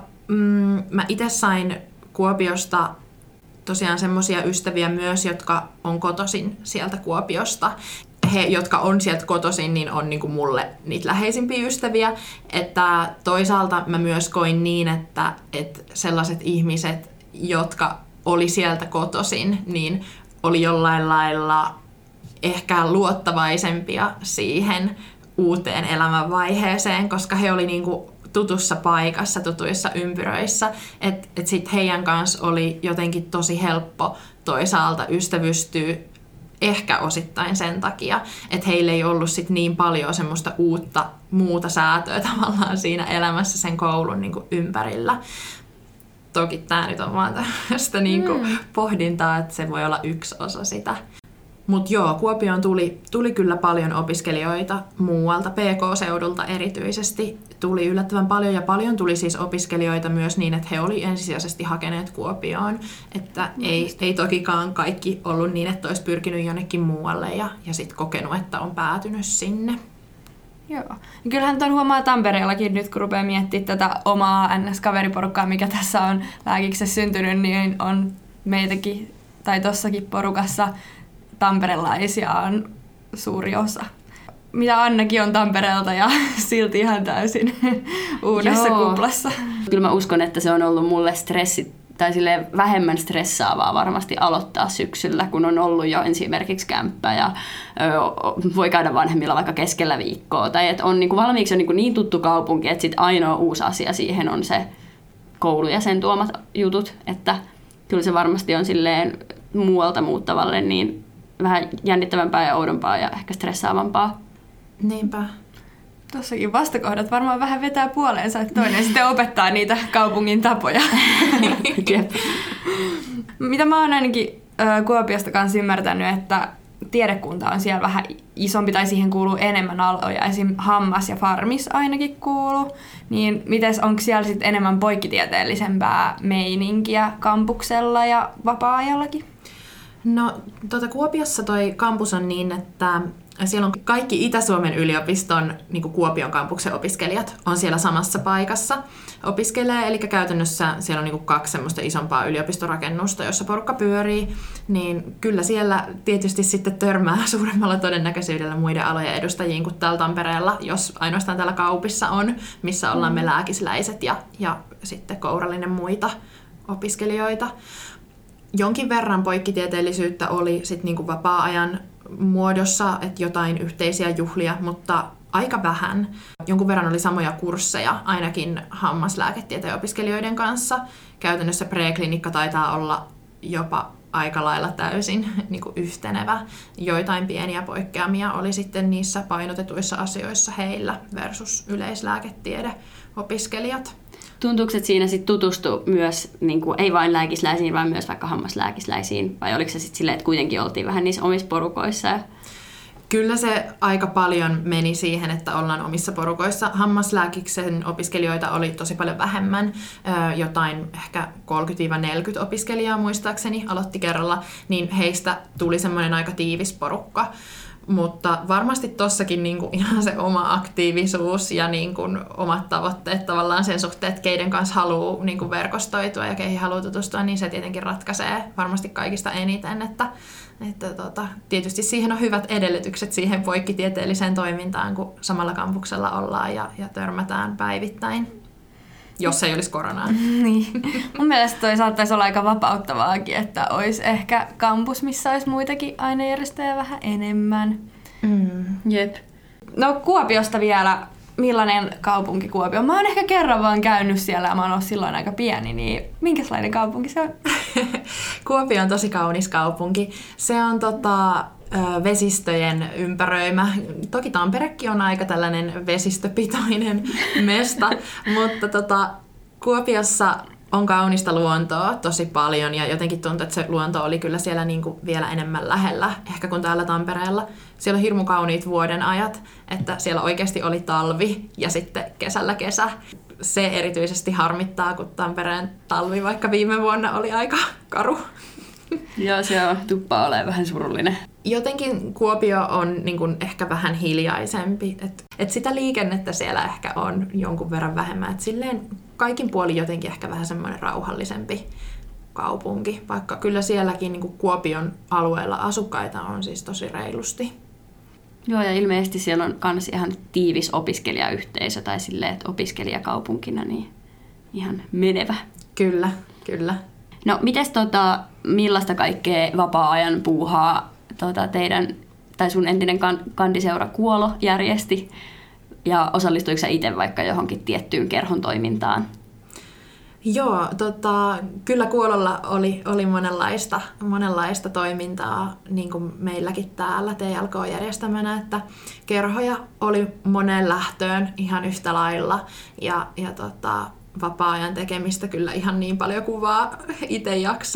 Speaker 2: mä itse sain Kuopiosta tosiaan semmoisia ystäviä myös, jotka on kotoisin sieltä Kuopiosta. He, jotka on sieltä kotoisin, niin on niin kuin mulle niitä läheisimpiä ystäviä. Että toisaalta mä myös koin niin, että sellaiset ihmiset, jotka oli sieltä kotoisin, niin oli jollain lailla ehkä luottavaisempia siihen uuteen elämänvaiheeseen, koska he oli niin kuin tutussa paikassa, tutuissa ympyröissä. Että sitten heidän kanssa oli jotenkin tosi helppo toisaalta ystävystyä, ehkä osittain sen takia, että heillä ei ollut sit niin paljon semmoista uutta muuta säätöä tavallaan siinä elämässä sen koulun niin kuin ympärillä. Toki tämä nyt on vaan tästä niin kuin pohdintaa, että se voi olla yksi osa sitä. Mutta joo, Kuopioon tuli kyllä paljon opiskelijoita muualta, PK-seudulta erityisesti. Tuli yllättävän paljon ja paljon tuli siis opiskelijoita myös niin, että he oli ensisijaisesti hakeneet Kuopioon. Että ei tokikaan kaikki ollut niin, että olisi pyrkinyt jonnekin muualle ja sitten kokenut, että on päätynyt sinne.
Speaker 3: Joo. Kyllähän tuon huomaa Tampereellakin nyt, kun rupeaa miettimään tätä omaa NS-kaveriporukkaa, mikä tässä on lääkiksessä syntynyt, niin on meitäkin, tai tossakin porukassa tamperelaisia on suuri osa. Mitä Annakin on Tampereelta ja silti ihan täysin uudessa kuplassa.
Speaker 1: Kyllä mä uskon, että se on ollut mulle tai vähemmän stressaavaa varmasti aloittaa syksyllä, kun on ollut jo esimerkiksi kämppä ja voi käydä vanhemmilla vaikka keskellä viikkoa. Tai että on valmiiksi on niin tuttu kaupunki, että sit ainoa uusi asia siihen on se koulu ja sen tuomat jutut. Että kyllä se varmasti on silleen muualta muuttavalle niin vähän jännittävämpää ja oudompaa ja ehkä stressaavampaa.
Speaker 2: Niinpä.
Speaker 3: Tuossakin vastakohdat varmaan vähän vetää puoleensa, että toinen sitten opettaa niitä kaupungin tapoja. Mitä mä oon ainakin Kuopiosta kanssa ymmärtänyt, että tiedekunta on siellä vähän isompi tai siihen kuuluu enemmän aloja. Esim. Hammas ja farmis ainakin kuuluu. Niin mites, onko siellä sitten enemmän poikkitieteellisempää meininkiä kampuksella ja vapaa-ajallakin?
Speaker 2: No Kuopiossa toi kampus on niin, että siellä on kaikki Itä-Suomen yliopiston niin kuin Kuopion kampuksen opiskelijat on siellä samassa paikassa opiskelee. Eli käytännössä siellä on niin kuin 2 semmoista isompaa yliopistorakennusta, jossa porukka pyörii. Niin kyllä siellä tietysti sitten törmää suuremmalla todennäköisyydellä muiden alojen edustajiin kuin täällä Tampereella, jos ainoastaan täällä Kaupissa on, missä ollaan me lääkisläiset ja sitten kourallinen muita opiskelijoita. Jonkin verran poikkitieteellisyyttä oli sit niinku vapaa-ajan muodossa, että jotain yhteisiä juhlia, mutta aika vähän. Jonkun verran oli samoja kursseja, ainakin hammaslääketieteen opiskelijoiden kanssa. Käytännössä preklinikka taitaa olla jopa aika lailla täysin niinku yhtenevä. Joitain pieniä poikkeamia oli sitten niissä painotetuissa asioissa heillä versus yleislääketiedeopiskelijat.
Speaker 1: Tuntuuko, että siinä sitten tutustui myös, niin kuin, ei vain lääkisläisiin, vaan myös vaikka hammaslääkisläisiin? Vai oliko se sitten silleen, että kuitenkin oltiin vähän niissä omissa porukoissa?
Speaker 2: Kyllä se aika paljon meni siihen, että ollaan omissa porukoissa. Hammaslääkiksen opiskelijoita oli tosi paljon vähemmän. Jotain ehkä 30-40 opiskelijaa muistaakseni aloitti kerralla, niin heistä tuli semmoinen aika tiivis porukka. Mutta varmasti tossakin niinku ihan se oma aktiivisuus ja niinku omat tavoitteet tavallaan sen suhteen, että keiden kanssa haluaa niinku verkostoitua ja keihin haluaa tutustua, niin se tietenkin ratkaisee varmasti kaikista eniten. Että tietysti siihen on hyvät edellytykset siihen poikkitieteelliseen toimintaan, kun samalla kampuksella ollaan ja törmätään päivittäin. Jos ei olisi koronaa.
Speaker 3: Niin. Mun mielestä toi saattaisi olla aika vapauttavaakin, että olisi ehkä kampus, missä olisi muitakin ainejärjestöjä vähän enemmän.
Speaker 1: Jep.
Speaker 3: No Kuopiosta vielä. millainen kaupunki Kuopio? Mä oon ehkä kerran vaan käynyt siellä ja mä oon ollut silloin aika pieni, niin minkälainen kaupunki se on?
Speaker 2: Kuopio on tosi kaunis kaupunki. Se on vesistöjen ympäröimä. Toki Tamperekin on aika tällainen vesistöpitoinen mesta, mutta Kuopiossa on kaunista luontoa tosi paljon ja jotenkin tuntuu, että se luonto oli kyllä siellä niinku vielä enemmän lähellä, ehkä kuin täällä Tampereella. Siellä on hirmu kauniit vuoden ajat, että siellä oikeasti oli talvi ja sitten kesällä kesä. Se erityisesti harmittaa, kun Tampereen talvi vaikka viime vuonna oli aika karu.
Speaker 1: Joo, se on tuppaa olemaan vähän surullinen.
Speaker 2: Jotenkin Kuopio on niin kuin ehkä vähän hiljaisempi, että sitä liikennettä siellä ehkä on jonkun verran vähemmän. Et silleen kaikin puolin jotenkin ehkä vähän semmoinen rauhallisempi kaupunki, vaikka kyllä sielläkin niin kuin Kuopion alueella asukkaita on siis tosi reilusti.
Speaker 1: Joo, ja ilmeisesti siellä on myös ihan tiivis opiskelijayhteisö tai silleen, että opiskelijakaupunkina niin ihan menevä.
Speaker 2: Kyllä, kyllä.
Speaker 1: No, mites millaista kaikkea vapaa-ajan puuhaa teidän tai sun entinen kandiseura Kuolo järjesti? Ja osallistuiko sä itse vaikka johonkin tiettyyn kerhon toimintaan?
Speaker 2: Joo, kyllä Kuololla oli monenlaista toimintaa, niin kuin meilläkin täällä TLK-järjestämänä, että kerhoja oli moneen lähtöön ihan yhtä lailla ja vapaa-ajan tekemistä kyllä ihan niin paljon kuin vaan itse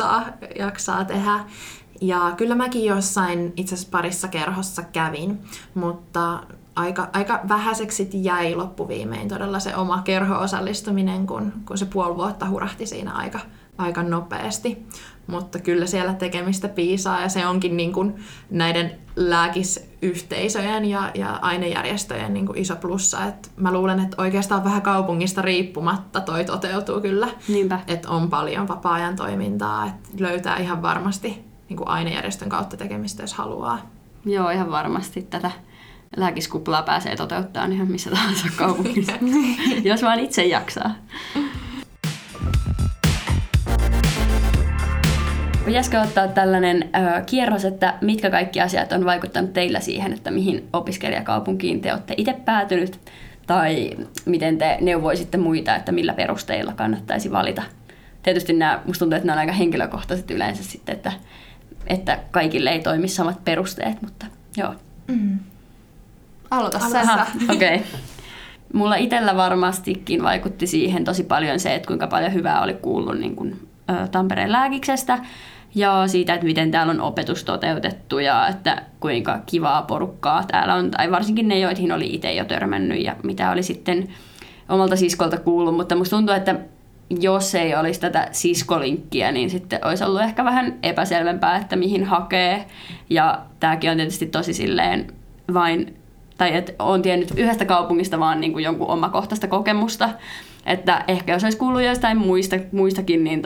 Speaker 2: jaksaa tehdä. Ja kyllä mäkin jossain itse asiassa parissa kerhossa kävin, mutta aika vähäiseksi jäi loppuviimein todella se oma kerho-osallistuminen, kun se puoli vuotta hurahti siinä aika nopeasti. Mutta kyllä siellä tekemistä piisaa ja se onkin niin kuin näiden lääkisyhteisöjen ja ainejärjestöjen niin kuin iso plussa. Et mä luulen, että oikeastaan vähän kaupungista riippumatta toi toteutuu kyllä.
Speaker 1: Niinpä.
Speaker 2: Että on paljon vapaa-ajan toimintaa, että löytää ihan varmasti niin kuin ainejärjestön kautta tekemistä, jos haluaa.
Speaker 1: Joo, ihan varmasti tätä lääkiskuplaa pääsee toteuttamaan ihan missä tahansa kaupungissa, jos vaan itse jaksaa. Pitäisikö ottaa tällainen kierros, että mitkä kaikki asiat on vaikuttanut teillä siihen, että mihin opiskelijakaupunkiin te olette itse päätynyt, tai miten te neuvoisitte muita, että millä perusteilla kannattaisi valita? Tietysti musta tuntuu, että nämä on aika henkilökohtaiset yleensä sitten, että kaikille ei toimi samat perusteet, mutta joo.
Speaker 3: Aloita sä.
Speaker 1: Okei. Mulla itsellä varmastikin vaikutti siihen tosi paljon se, että kuinka paljon hyvää oli kuullut niin kuin, Tampereen lääkiksestä ja siitä, että miten täällä on opetus toteutettu ja että kuinka kivaa porukkaa täällä on, tai varsinkin ne, joihin oli itse jo törmännyt ja mitä oli sitten omalta siskolta kuullut, mutta musta tuntuu, että jos ei olisi tätä siskolinkkiä, niin sitten olisi ollut ehkä vähän epäselvempää, että mihin hakee. Ja tämäkin on tietysti tosi silleen vain, tai että olen tiennyt yhdestä kaupungista vaan niin kuin jonkun omakohtaista kokemusta. Että ehkä jos olisi kuullut jostain muistakin, niin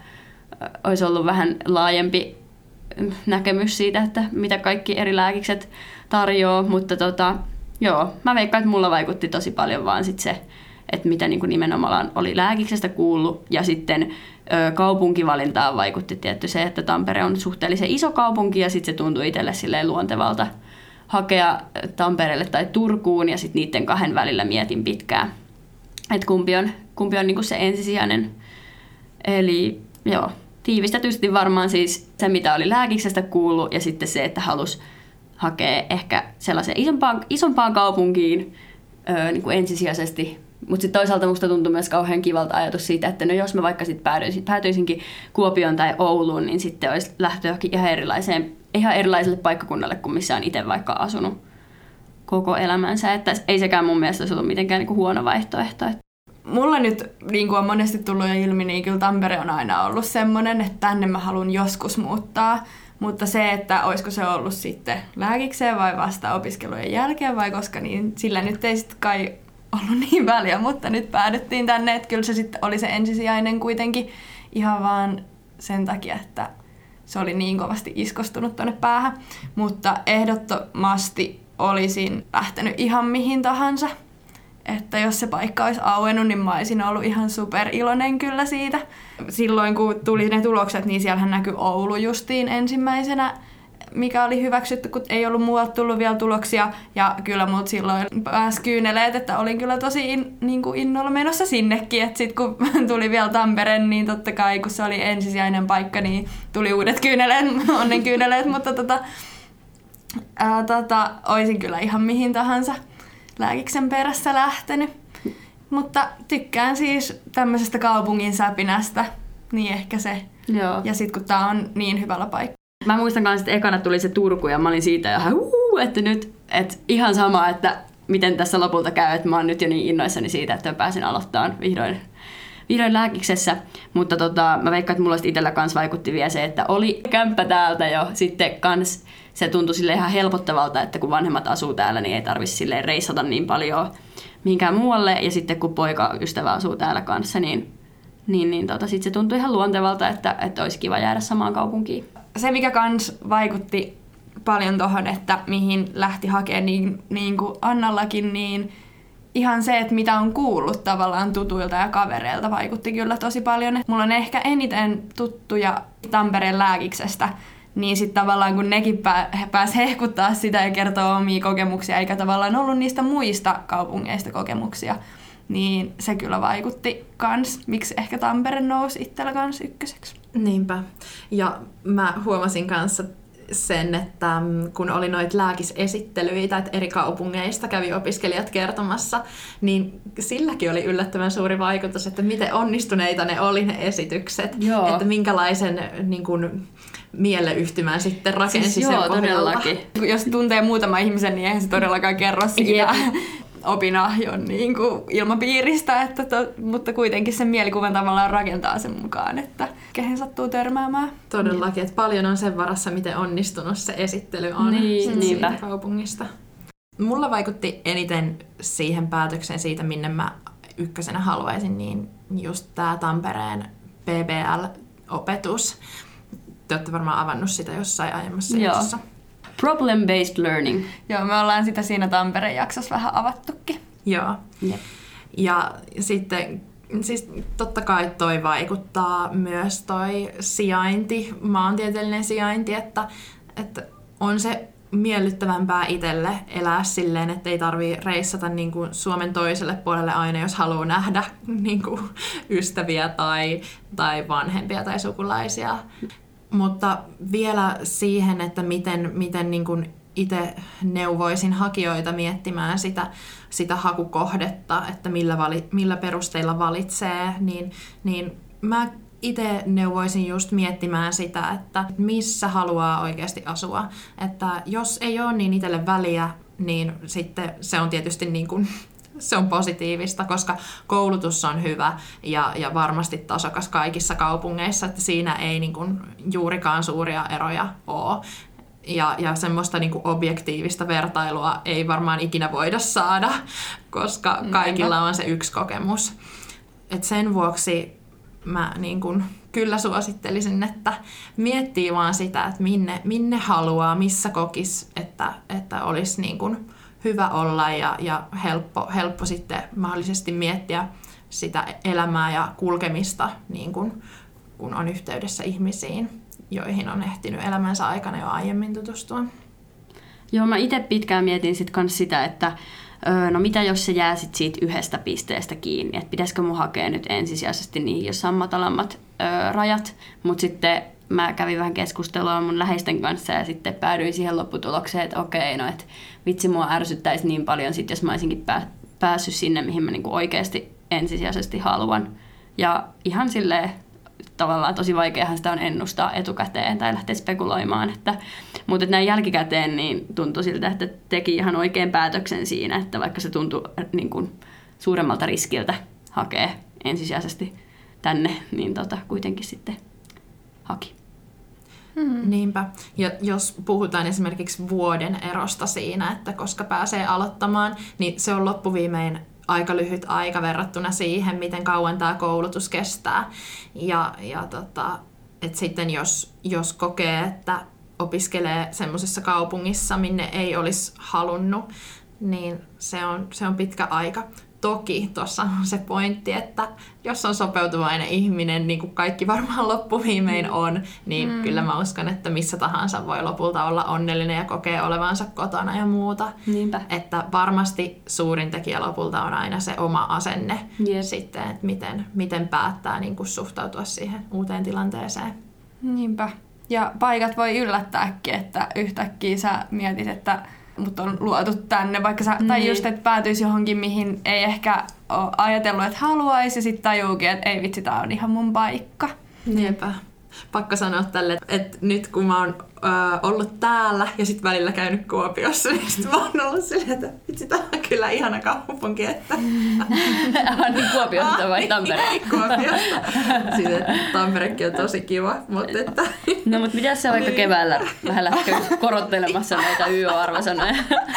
Speaker 1: olisi ollut vähän laajempi näkemys siitä, että mitä kaikki eri lääkikset tarjoaa. Mutta joo, mä veikkaan, että mulla vaikutti tosi paljon vaan sit se, että mitä niin kuin nimenomaan oli lääkiksestä kuullut. Ja sitten kaupunkivalintaan vaikutti tietty se, että Tampere on suhteellisen iso kaupunki ja sitten se tuntui itselle silleen luontevalta hakea Tampereelle tai Turkuun ja sitten niiden kahden välillä mietin pitkään, että kumpi on niin kuin se ensisijainen. Eli joo, tiivistetysti varmaan siis se, mitä oli lääkiksestä kuullut ja sitten se, että halusi hakea ehkä sellaiseen isompaan kaupunkiin niin kuin ensisijaisesti. Mutta sitten toisaalta musta tuntui myös kauhean kivalta ajatus siitä, että no jos mä vaikka sitten päätyisinkin Kuopioon tai Ouluun, niin sitten olisi lähtö johonkin ihan erilaiselle paikkakunnalle kuin missä on itse vaikka asunut koko elämänsä. Että ei sekään mun mielestä olisi ollut mitenkään niinku huono vaihtoehto.
Speaker 3: Mulla nyt, niin kuin on monesti tullut jo ilmi, niin kyllä Tampere on aina ollut semmoinen, että tänne mä haluan joskus muuttaa. Mutta se, että olisiko se ollut sitten lääkikseen vai vasta opiskelujen jälkeen vai koska, niin sillä nyt ei sitten kai ollut niin väliä, mutta nyt päädyttiin tänne, että kyllä se sitten oli se ensisijainen kuitenkin ihan vaan sen takia, että se oli niin kovasti iskostunut tuonne päähän. Mutta ehdottomasti olisin lähtenyt ihan mihin tahansa. Että jos se paikka olisi auennut, niin mä olisin ollut ihan superiloinen kyllä siitä. Silloin kun tuli ne tulokset, niin siellähän näkyi Oulu justiin ensimmäisenä mikä oli hyväksytty, kun ei ollut muualta tullut vielä tuloksia. Ja kyllä mut silloin pääsi kyyneleet, että olin kyllä tosi innolla menossa sinnekin. Että sit kun tuli vielä Tampere, niin totta kai kun se oli ensisijainen paikka, niin tuli uudet kyyneleet, onnenkyyneleet. Mutta oisin kyllä ihan mihin tahansa lääkiksen perässä lähtenyt. Mutta tykkään siis tämmöisestä kaupungin säpinästä, niin ehkä se.
Speaker 1: Joo.
Speaker 3: Ja sit kun tää on niin hyvällä paikka.
Speaker 1: Mä muistan kanssa, että ekana tuli se Turku ja mä olin siitä ihan että nyt, että ihan sama, että miten tässä lopulta käy, että mä oon nyt jo niin innoissani siitä, että mä pääsin aloittamaan vihdoin lääkiksessä. Mutta mä veikkaan, että mulla itsellä kans vaikutti vielä se, että oli kämppä täältä jo sitten kans. Se tuntui sille ihan helpottavalta, että kun vanhemmat asuu täällä, niin ei tarvitse silleen reissata niin paljon mihinkään muualle. Ja sitten kun poikaystävä asuu täällä kanssa, niin sit se tuntui ihan luontevalta, että olisi kiva jäädä samaan kaupunkiin.
Speaker 3: Se, mikä kans vaikutti paljon tohon, että mihin lähti hakemaan niin kuin Annallakin, niin ihan se, että mitä on kuullut tavallaan tutuilta ja kavereilta vaikutti kyllä tosi paljon. Mulla on ehkä eniten tuttuja Tampereen lääkiksestä, niin sitten tavallaan kun nekin pääs hehkuttaa sitä ja kertoo omia kokemuksia, eikä tavallaan ollut niistä muista kaupungeista kokemuksia, niin se kyllä vaikutti kans, miksi ehkä Tampere nousi itsellä kans ykköseksi.
Speaker 2: Niinpä. Ja mä huomasin kanssa sen, että kun oli noita lääkisesittelyitä, että eri kaupungeista kävi opiskelijat kertomassa, niin silläkin oli yllättävän suuri vaikutus, että miten onnistuneita ne oli ne esitykset.
Speaker 1: Joo.
Speaker 2: Että minkälaisen niin kuin, mieleyhtymän sitten rakensi
Speaker 1: siis
Speaker 2: sen
Speaker 1: pohjalta. Todellakin.
Speaker 3: Jos tuntee muutama ihmisen, niin eihän se todellakaan kerro siitä opinahjon niin kuin ilmapiiristä, mutta kuitenkin sen mielikuvan tavallaan rakentaa sen mukaan, että kehen sattuu törmäämään.
Speaker 2: Todellakin, että paljon on sen varassa, miten onnistunut se esittely on siitä kaupungista. Mulla vaikutti eniten siihen päätökseen siitä, minne mä ykkösenä haluaisin, niin just tää Tampereen PBL-opetus. Te olette varmaan avannut sitä jossain aiemmassa jaksossa.
Speaker 1: Problem-based learning.
Speaker 3: Joo, me ollaan sitä siinä Tampereen jaksossa vähän avattukin.
Speaker 2: Joo.
Speaker 1: Yep.
Speaker 2: Ja sitten siis totta kai toi vaikuttaa myös toi sijainti, maantieteellinen sijainti, että on se miellyttävämpää itselle elää silleen, että ei tarvii reissata niin kuin Suomen toiselle puolelle aina, jos haluaa nähdä niin kuin ystäviä tai vanhempia tai sukulaisia. Mutta vielä siihen, että miten niin kuin itse neuvoisin hakijoita miettimään sitä hakukohdetta, että millä perusteilla valitsee, niin mä itse neuvoisin just miettimään sitä, että missä haluaa oikeasti asua. Että jos ei ole niin itselle väliä, niin sitten se on tietysti niin kuin se on positiivista, koska koulutus on hyvä ja varmasti tasokas kaikissa kaupungeissa, että siinä ei niin kuin juurikaan suuria eroja ole. Ja semmoista niin kuin objektiivista vertailua ei varmaan ikinä voida saada, koska kaikilla on se yksi kokemus. Et sen vuoksi mä niin kuin kyllä suosittelisin, että miettii vaan sitä, että minne haluaa, missä kokisi, että olisi niin kuin hyvä olla ja helppo sitten mahdollisesti miettiä sitä elämää ja kulkemista, niin kun on yhteydessä ihmisiin, joihin on ehtinyt elämänsä aikana jo aiemmin tutustua.
Speaker 1: Joo, mä itse pitkään mietin sit kans sitä, että no mitä jos se jää sit siitä yhdestä pisteestä kiinni, että pitäisikö mun hakea nyt ensisijaisesti niihin jossain matalammat rajat, mutta sitten mä kävin vähän keskustelua mun läheisten kanssa ja sitten päädyin siihen lopputulokseen, että okei, no et vitsi mua ärsyttäisi niin paljon sit, jos mä olisinkin päässyt sinne, mihin mä niinku oikeasti ensisijaisesti haluan. Ja ihan silleen tavallaan tosi vaikeahan sitä on ennustaa etukäteen tai lähteä spekuloimaan. Mutta näin jälkikäteen niin tuntui siltä, että teki ihan oikein päätöksen siinä, että vaikka se tuntui niin kuin suuremmalta riskiltä hakea ensisijaisesti tänne, niin kuitenkin sitten haki.
Speaker 2: Niinpä. Ja jos puhutaan esimerkiksi vuoden erosta siinä, että koska pääsee aloittamaan, niin se on loppuviimein aika lyhyt aika verrattuna siihen, miten kauan tämä koulutus kestää. Et sitten jos kokee, että opiskelee semmoisessa kaupungissa, minne ei olisi halunnut, niin se on pitkä aika. Toki tuossa on se pointti, että jos on sopeutuvainen ihminen, niin kuin kaikki varmaan loppuviimein on, niin kyllä mä uskon, että missä tahansa voi lopulta olla onnellinen ja kokee olevansa kotona ja muuta.
Speaker 1: Niinpä.
Speaker 2: Että varmasti suurin tekijä lopulta on aina se oma asenne sitten, että miten päättää niin kuin suhtautua siihen uuteen tilanteeseen.
Speaker 3: Niinpä. Ja paikat voi yllättääkin, että yhtäkkiä sä mietit, että mut on luotu tänne, vaikka sä, tai just, että päätyisi johonkin, mihin ei ehkä ole ajatellut, että haluaisi, ja sitten tajuukin, että ei vitsi, tää on ihan mun paikka.
Speaker 2: Niinpä. Pakko sanoa tälle, että nyt kun mä oon ollut täällä ja sitten välillä käynyt Kuopiossa, niin sit mä oon ollut silleen, että vitsi, tää on kyllä ihana kaupunki. Että...
Speaker 1: niin Kuopiosta vai Tampereen?
Speaker 2: Niin, Kuopiosta. Siis, Tamperekin on tosi kiva, mutta että...
Speaker 1: No, mutta mitä se vaikka keväällä vähän lähtee korottelemassa näitä YO-arvosanoja?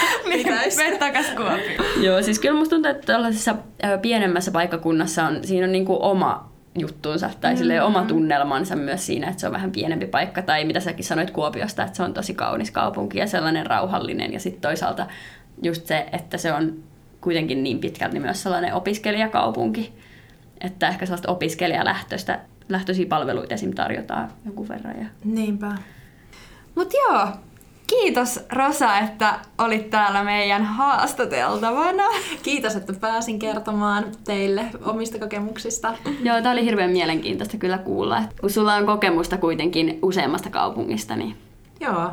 Speaker 3: Mene takas Kuopioon.
Speaker 1: Joo, siis kyllä musta tuntuu, että tällaisessa pienemmässä paikkakunnassa siinä on niinku oma juttuunsa tai silleen oma tunnelmansa myös siinä, että se on vähän pienempi paikka. Tai mitä säkin sanoit Kuopiosta, että se on tosi kaunis kaupunki ja sellainen rauhallinen. Ja sitten toisaalta just se, että se on kuitenkin niin pitkälti myös sellainen opiskelijakaupunki, että ehkä sellaista opiskelijalähtöisiä palveluita esim. Tarjotaan jonkun verran. Ja...
Speaker 2: Niinpä.
Speaker 3: Mut joo, kiitos Rosa, että olit täällä meidän haastateltavana.
Speaker 2: Kiitos, että pääsin kertomaan teille omista kokemuksista.
Speaker 1: Joo, tää oli hirveän mielenkiintoista kyllä kuulla, kun sulla on kokemusta kuitenkin useammasta kaupungista. Niin...
Speaker 2: Joo,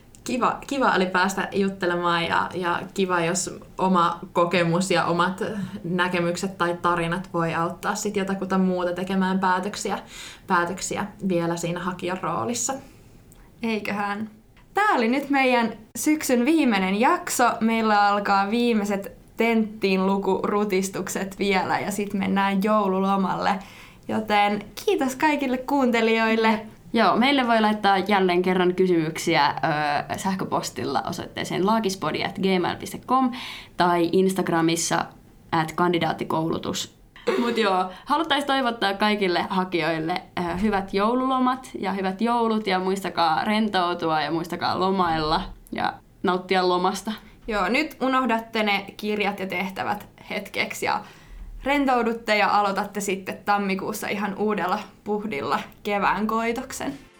Speaker 2: kiva oli päästä juttelemaan ja kiva, jos oma kokemus ja omat näkemykset tai tarinat voi auttaa sit jotakuta muuta tekemään päätöksiä vielä siinä hakijan roolissa.
Speaker 3: Eiköhän. Tää oli nyt meidän syksyn viimeinen jakso. Meillä alkaa viimeiset tenttiin lukurutistukset vielä ja sitten mennään joululomalle. Joten kiitos kaikille kuuntelijoille.
Speaker 1: Joo, meille voi laittaa jälleen kerran kysymyksiä sähköpostilla osoitteeseen laakispodi@gmail.com tai Instagramissa @kandidaattikoulutus. Mut joo, haluttaisiin toivottaa kaikille hakijoille hyvät joululomat ja hyvät joulut ja muistakaa rentoutua ja muistakaa lomailla ja nauttia lomasta.
Speaker 3: Joo, nyt unohdatte ne kirjat ja tehtävät hetkeksi ja rentoudutte ja aloitatte sitten tammikuussa ihan uudella puhdilla kevään koitoksen.